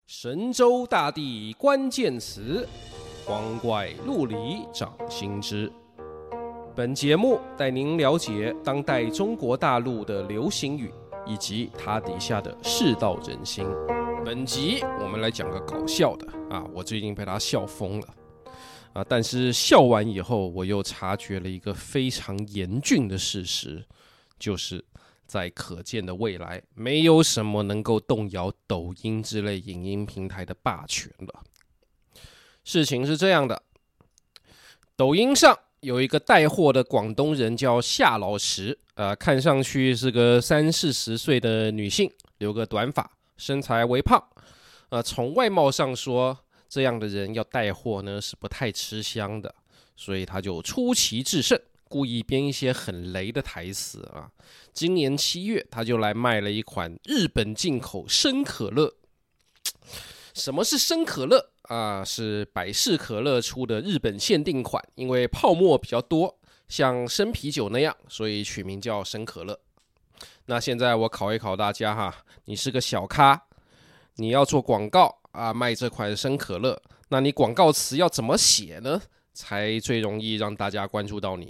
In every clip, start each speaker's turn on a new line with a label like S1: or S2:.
S1: 神州大地关键词，光怪陆离掌心之。本节目带您了解当代中国大陆的流行语以及它底下的世道人心。本集我们来讲个搞笑的我最近被他笑疯了但是笑完以后，我又察觉了一个非常严峻的事实，就是在可见的未来，没有什么能够动摇抖音之类影音平台的霸权了。事情是这样的，抖音上有一个带货的广东人叫夏老师，看上去是个30-40岁的女性，留个短发，身材微胖。从外貌上说，这样的人要带货呢是不太吃香的，所以他就出奇制胜，故意编一些很雷的台词今年7月，他就来卖了一款日本进口生可乐。什么是生可乐是百事可乐出的日本限定款，因为泡沫比较多，像生啤酒那样，所以取名叫生可乐。那现在我考一考大家你是个小咖，你要做广告卖这款生可乐，那你广告词要怎么写呢，才最容易让大家关注到你？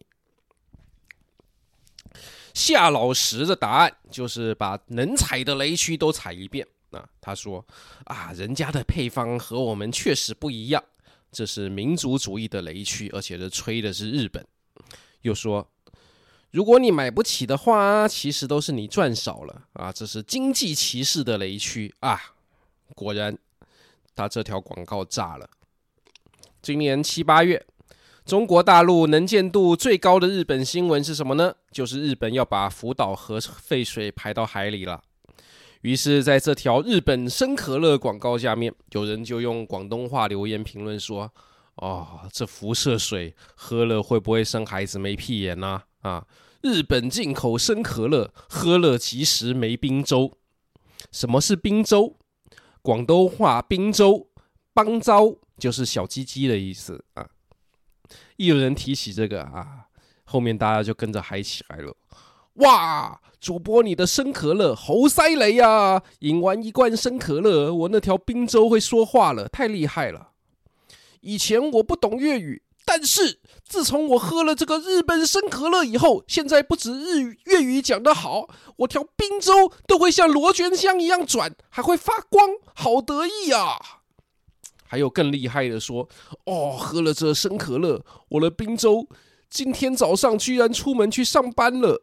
S1: 夏老师的答案就是把能踩的雷区都踩一遍。他说人家的配方和我们确实不一样，这是民族主义的雷区，而且吹的是日本。又说，如果你买不起的话，其实都是你赚少了这是经济歧视的雷区果然，他这条广告炸了。今年7、8月。中国大陆能见度最高的日本新闻是什么呢？就是日本要把福岛核废水排到海里了。于是在这条日本生可乐广告下面，有人就用广东话留言评论说，这辐射水喝了会不会生孩子没屁眼日本进口生可乐，喝了即时没冰粥。什么是冰粥？广东话冰粥，邦糟就是小鸡鸡的意思一有人提起这个后面大家就跟着嗨起来了。哇，主播你的生可乐好犀利饮完一罐生可乐，我那条冰粥会说话了，太厉害了。以前我不懂粤语，但是自从我喝了这个日本生可乐以后，现在不止粤语讲得好，我条冰粥都会像螺旋桨一样转，还会发光，好得意还有更厉害的说，喝了这生可乐，我的冰粥今天早上居然出门去上班了。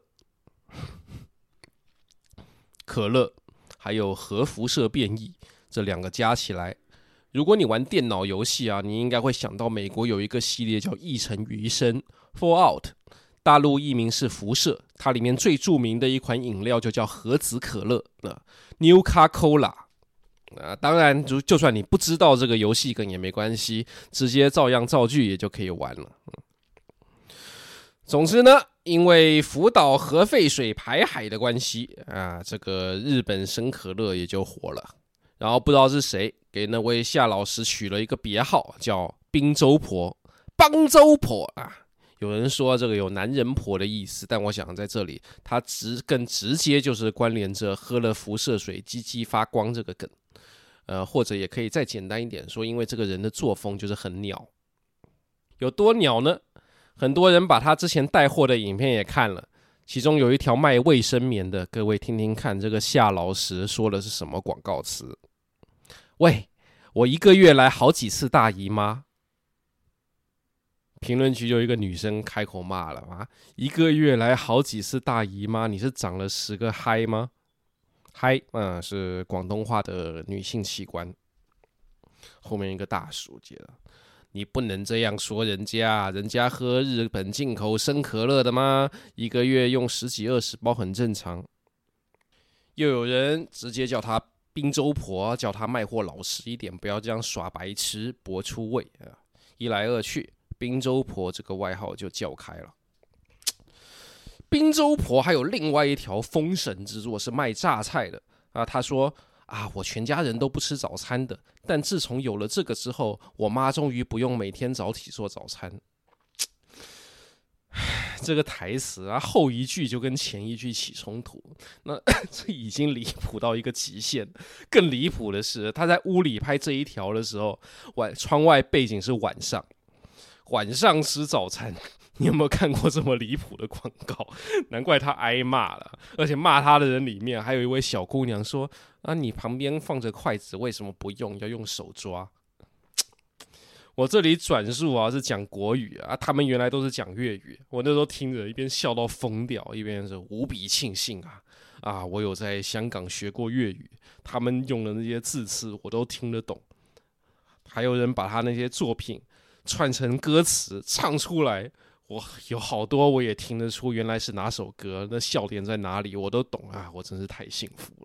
S1: 可乐还有核辐射变异，这两个加起来，如果你玩电脑游戏你应该会想到美国有一个系列叫《异尘余生》 Fallout， 大陆译名是辐射，它里面最著名的一款饮料就叫核子可乐Nuka Cola。当然就算你不知道这个游戏梗也没关系，直接照样造句也就可以玩了。总之呢，因为福岛核废水排海的关系这个日本生可乐也就火了。然后不知道是谁给那位夏老师取了一个别号，叫冰粥婆、邦粥婆有人说这个有男人婆的意思，但我想在这里它更直接就是关联着喝了辐射水鸡鸡发光这个梗。或者也可以再简单一点说，因为这个人的作风就是很鸟。有多鸟呢？很多人把他之前带货的影片也看了，其中有一条卖卫生棉的，各位听听看这个夏老师说的是什么广告词。喂，我1个月来好几次大姨妈。评论区就有一个女生开口骂了1个月来好几次大姨妈，你是长了10个嗨吗？嗨是广东话的女性器官。后面一个大叔接了，你不能这样说人家喝日本进口生可乐的吗？1个月用10几20包很正常。又有人直接叫他冰粥婆，叫他卖货老实一点，不要这样耍白痴博出位一来二去，冰粥婆这个外号就叫开了。冰粥婆还有另外一条封神之作是卖榨菜的他说我全家人都不吃早餐的，但自从有了这个之后，我妈终于不用每天早起做早餐。 这个台词啊，后一句就跟前一句起冲突，那这已经离谱到一个极限。更离谱的是，他在屋里拍这一条的时候，窗外背景是晚上吃早餐。你有没有看过这么离谱的广告？难怪他挨骂了，而且骂他的人里面还有一位小姑娘说：“啊，你旁边放着筷子，为什么不用？要用手抓？”我这里转述啊是讲国语啊，他们原来都是讲粤语。我那时候听着一边笑到疯掉，一边是无比庆幸啊，我有在香港学过粤语，他们用的那些字词我都听得懂。还有人把他那些作品串成歌词唱出来。我有好多我也听得出原来是哪首歌，那笑点在哪里我都懂啊，我真是太幸福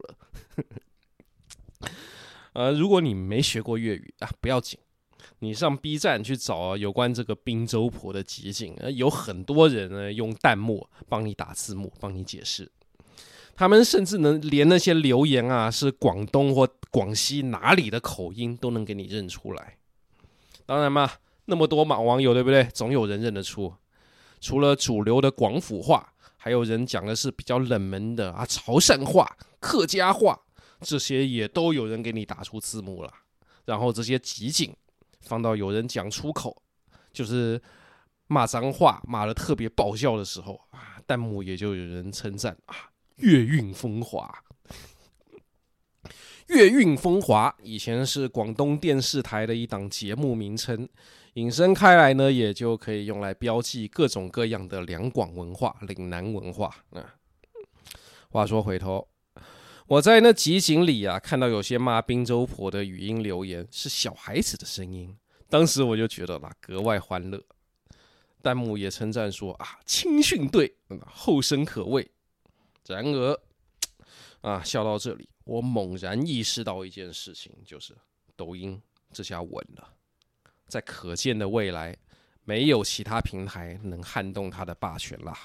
S1: 了。如果你没学过粤语啊，不要紧，你上 B 站去找有关这个滨州婆的集锦，有很多人呢用弹幕帮你打字幕，帮你解释。他们甚至能连那些留言啊是广东或广西哪里的口音都能给你认出来。当然嘛，那么多网友对不对？总有人认得出。除了主流的广府话，还有人讲的是比较冷门的啊潮汕话、客家话，这些也都有人给你打出字幕了。然后这些集锦放到有人讲出口，就是骂脏话骂得特别爆笑的时候啊，弹幕也就有人称赞啊粤韵风华。粤韵风华以前是广东电视台的一档节目名称，引申开来呢，也就可以用来标记各种各样的两广文化、岭南文化。话说回头，我在那集锦里啊，看到有些骂滨州婆的语音留言是小孩子的声音，当时我就觉得格外欢乐。弹幕也称赞说啊，青训队后生可畏。然而笑到这里，我猛然意识到一件事情，就是抖音这下稳了，在可见的未来，没有其他平台能撼动它的霸权啦。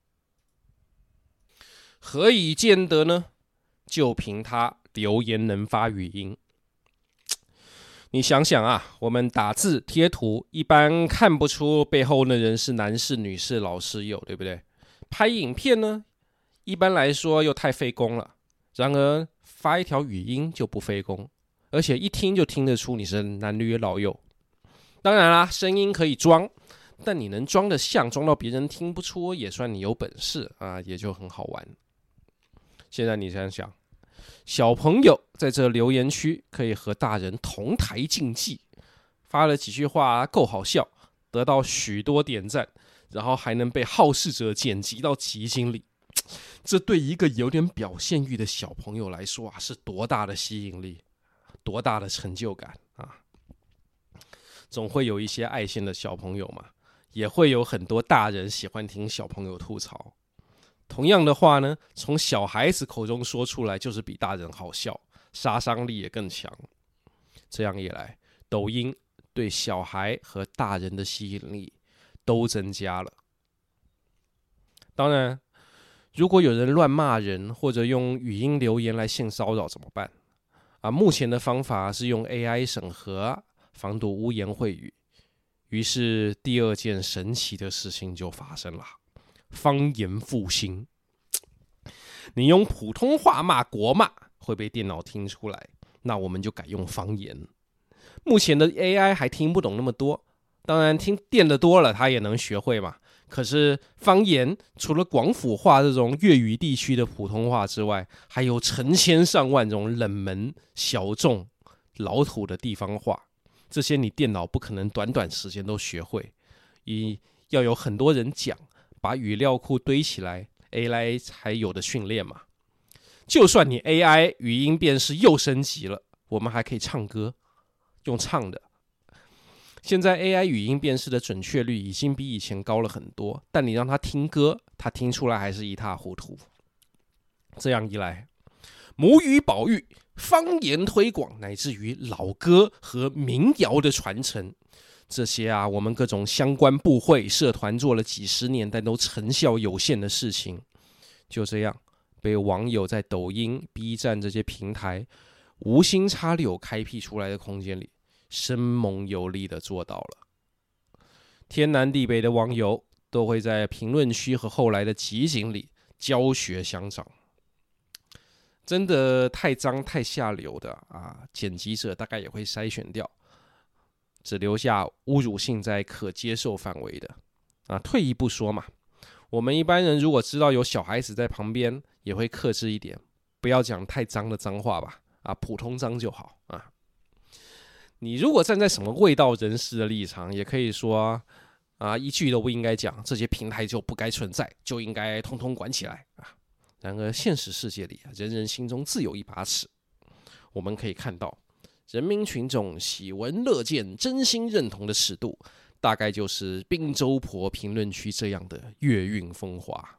S1: 何以见得呢？就凭它留言能发语音。你想想啊，我们打字贴图一般看不出背后那人是男士、女士、老师友，对不对？拍影片呢，一般来说又太费工了。然而发一条语音就不费工，而且一听就听得出你是男女老幼。当然啦，声音可以装，但你能装得像，装到别人听不出，也算你有本事啊，也就很好玩。现在你想想，小朋友在这留言区可以和大人同台竞技，发了几句话够好笑，得到许多点赞，然后还能被好事者剪辑到集锦里。这对一个有点表现欲的小朋友来说是多大的吸引力，多大的成就感啊！总会有一些爱现的小朋友嘛，也会有很多大人喜欢听小朋友吐槽。同样的话呢，从小孩子口中说出来，就是比大人好笑，杀伤力也更强。这样一来，抖音对小孩和大人的吸引力都增加了。当然，如果有人乱骂人，或者用语音留言来性骚扰怎么办？目前的方法是用 AI 审核，防堵污言秽语。于是第二件神奇的事情就发生了，方言复兴。你用普通话骂国骂会被电脑听出来，那我们就改用方言。目前的 AI 还听不懂那么多，当然听电的多了，它也能学会嘛。可是方言除了广府话这种粤语地区的普通话之外，还有成千上万种冷门、小众、老土的地方话，这些你电脑不可能短短时间都学会，要有很多人讲，把语料库堆起来 ，AI 才有的训练嘛。就算你 AI 语音辨识又升级了，我们还可以唱歌，用唱的。现在 AI 语音辨识的准确率已经比以前高了很多，但你让它听歌，它听出来还是一塌糊涂。这样一来，母语保育、方言推广，乃至于老歌和民谣的传承，这些我们各种相关部会、社团做了几十年但都成效有限的事情，就这样被网友在抖音、B 站这些平台无心插柳开辟出来的空间里，生猛有力的做到了。天南地北的网友都会在评论区和后来的集锦里教学相长。真的太脏太下流的剪辑者大概也会筛选掉，只留下侮辱性在可接受范围的。退一步说嘛，我们一般人如果知道有小孩子在旁边，也会克制一点，不要讲太脏的脏话吧，普通脏就好啊。你如果站在什么卫道人士的立场，也可以说一句都不应该讲，这些平台就不该存在，就应该通通管起来啊。然而现实世界里人人心中自有一把尺。我们可以看到，人民群众喜闻乐见、真心认同的尺度，大概就是宾州婆评论区这样的月韵风华。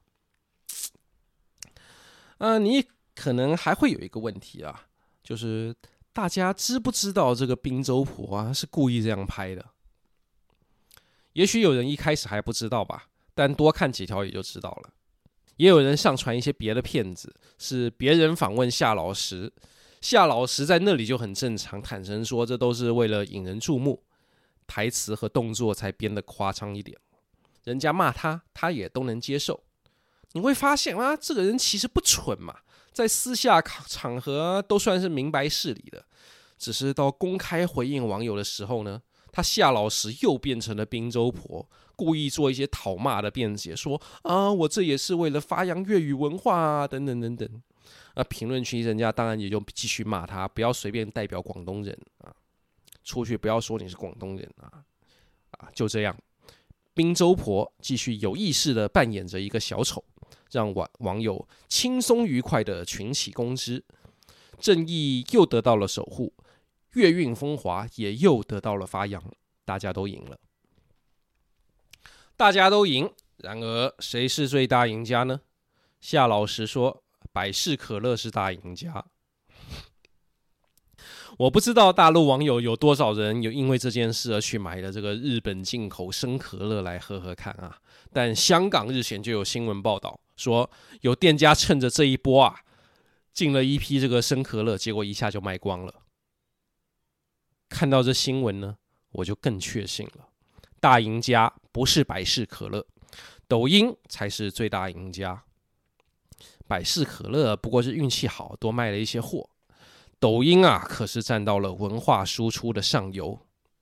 S1: 你可能还会有一个问题就是大家知不知道这个宾州婆是故意这样拍的？也许有人一开始还不知道吧，但多看几条也就知道了。也有人上传一些别的片子，是别人访问夏老师，夏老师在那里就很正常，坦诚说这都是为了引人注目，台词和动作才编得夸张一点。人家骂他，他也都能接受。你会发现这个人其实不蠢嘛，在私下场合都算是明白事理的，只是到公开回应网友的时候呢，他夏老师又变成了宾州婆，故意做一些讨骂的辩解，说我这也是为了发扬粤语文化等等等等。评论区人家当然也就继续骂他，不要随便代表广东人出去不要说你是广东人就这样，宾州婆继续有意识的扮演着一个小丑，让网友轻松愉快的群起攻之，正义又得到了守护，粤韵风华也又得到了发扬，大家都赢了。大家都赢，然而谁是最大赢家呢？夏老师说百事可乐是大赢家。我不知道大陆网友有多少人有因为这件事而去买了这个日本进口生可乐来喝喝看但香港日前就有新闻报道说，有店家趁着这一波进了一批这个生可乐，结果一下就卖光了。看到这新闻呢，我就更确信了，大赢家不是百事可乐，抖音才是最大赢家。百事可乐不过是运气好，多卖了一些货。抖音可是占到了文化输出的上游。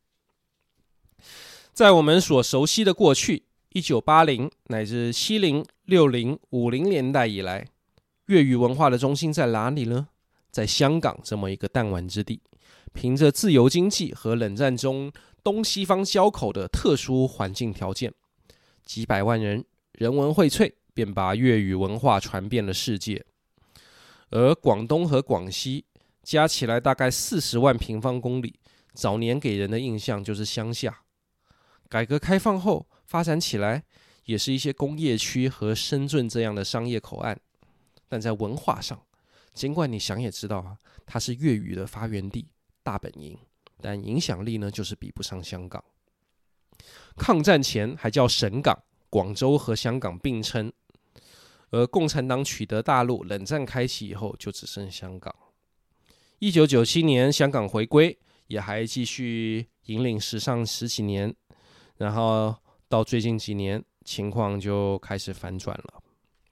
S1: 在我们所熟悉的过去，1980乃至70、60、50年代以来，粤语文化的中心在哪里呢？在香港这么一个弹丸之地，凭着自由经济和冷战中东西方交口的特殊环境条件，几百万人人文荟萃，便把粤语文化传遍了世界。而广东和广西加起来大概40万平方公里，早年给人的印象就是乡下。改革开放后发展起来，也是一些工业区和深圳这样的商业口岸。但在文化上，尽管你想也知道它是粤语的发源地、大本营，但影响力呢就是比不上香港。抗战前还叫省港，广州和香港并称。而共产党取得大陆，冷战开启以后就只剩香港。1997年香港回归，也还继续引领时尚10几年，然后到最近几年情况就开始反转了。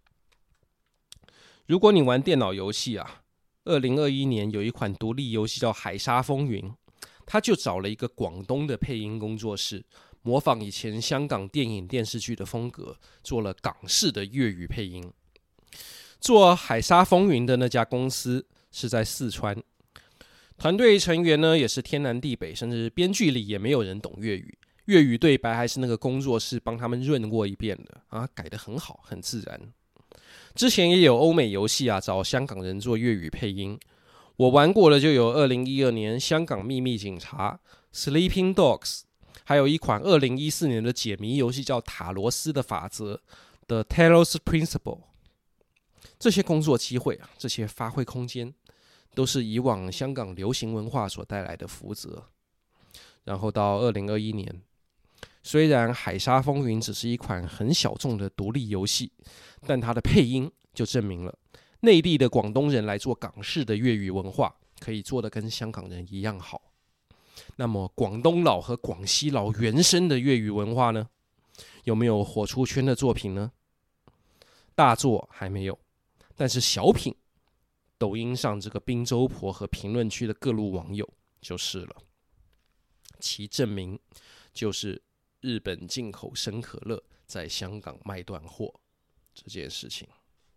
S1: 如果你玩电脑游戏2021年有一款独立游戏叫《海沙风云》，他就找了一个广东的配音工作室，模仿以前香港电影电视剧的风格，做了港式的粤语配音。做《海沙风云》的那家公司是在四川，团队成员呢也是天南地北，甚至编剧里也没有人懂粤语，粤语对白还是那个工作室帮他们润过一遍的改得很好，很自然。之前也有欧美游戏找香港人做粤语配音，我玩过的就有2012年香港秘密警察 Sleeping Dogs， 还有一款2014年的解谜游戏叫塔罗斯的法则 The Talos Principle。 这些工作机会这些发挥空间，都是以往香港流行文化所带来的福泽。然后到2021年，虽然《海沙风云》只是一款很小众的独立游戏，但它的配音就证明了内地的广东人来做港式的粤语文化，可以做得跟香港人一样好。那么广东佬和广西佬原生的粤语文化呢？ 有没有火出圈的作品呢？大作还没有，但是小品，抖音上这个滨州婆和评论区的各路网友就是了。其证明就是日本进口生可乐在香港卖断货这件事情。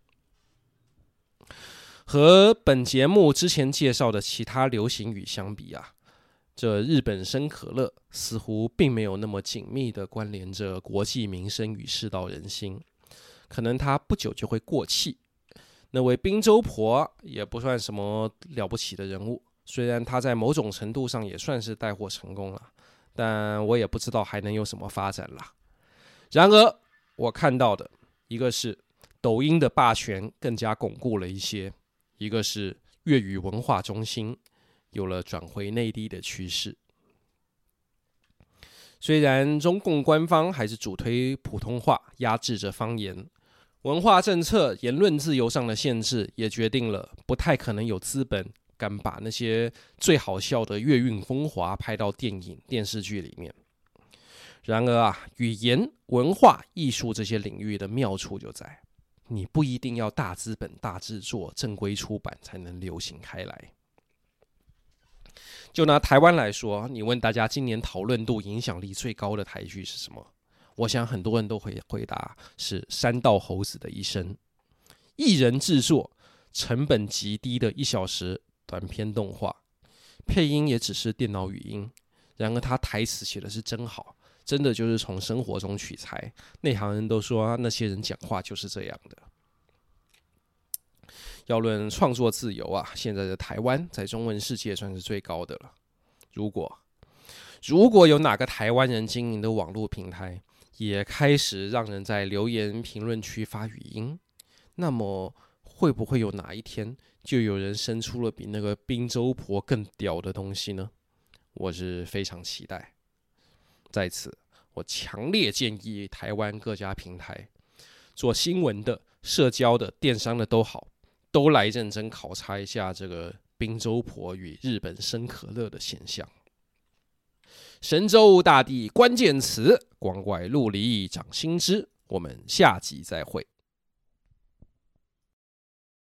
S1: 和本节目之前介绍的其他流行语相比啊，这日本生可乐似乎并没有那么紧密的关联着国际民生与世道人心，可能它不久就会过气。那位滨州婆也不算什么了不起的人物，虽然他在某种程度上也算是带货成功了，但我也不知道还能有什么发展啦。然而我看到的一个是抖音的霸权更加巩固了一些，一个是粤语文化中心有了转回内地的趋势。虽然中共官方还是主推普通话，压制着方言，文化政策、言论自由上的限制也决定了不太可能有资本敢把那些最好笑的粤韵风华拍到电影、电视剧里面。然而啊，语言、文化、艺术这些领域的妙处就在，你不一定要大资本、大制作、正规出版才能流行开来。就拿台湾来说，你问大家今年讨论度、影响力最高的台剧是什么？我想很多人都会回答是山道猴子的一生，一人制作，成本极低的1小时短片动画，配音也只是电脑语音，然而他台词写的是真好，真的就是从生活中取材，内行人都说那些人讲话就是这样的。要论创作自由啊，现在的台湾在中文世界算是最高的了。如果有哪个台湾人经营的网络平台也开始让人在留言评论区发语音，那么会不会有哪一天就有人生出了比那个滨州婆更屌的东西呢？我是非常期待。在此，我强烈建议台湾各家平台，做新闻的、社交的、电商的都好，都来认真考察一下这个滨州婆与日本生可乐的现象。神州大地关键词，光怪陆离掌心之。我们下集再会。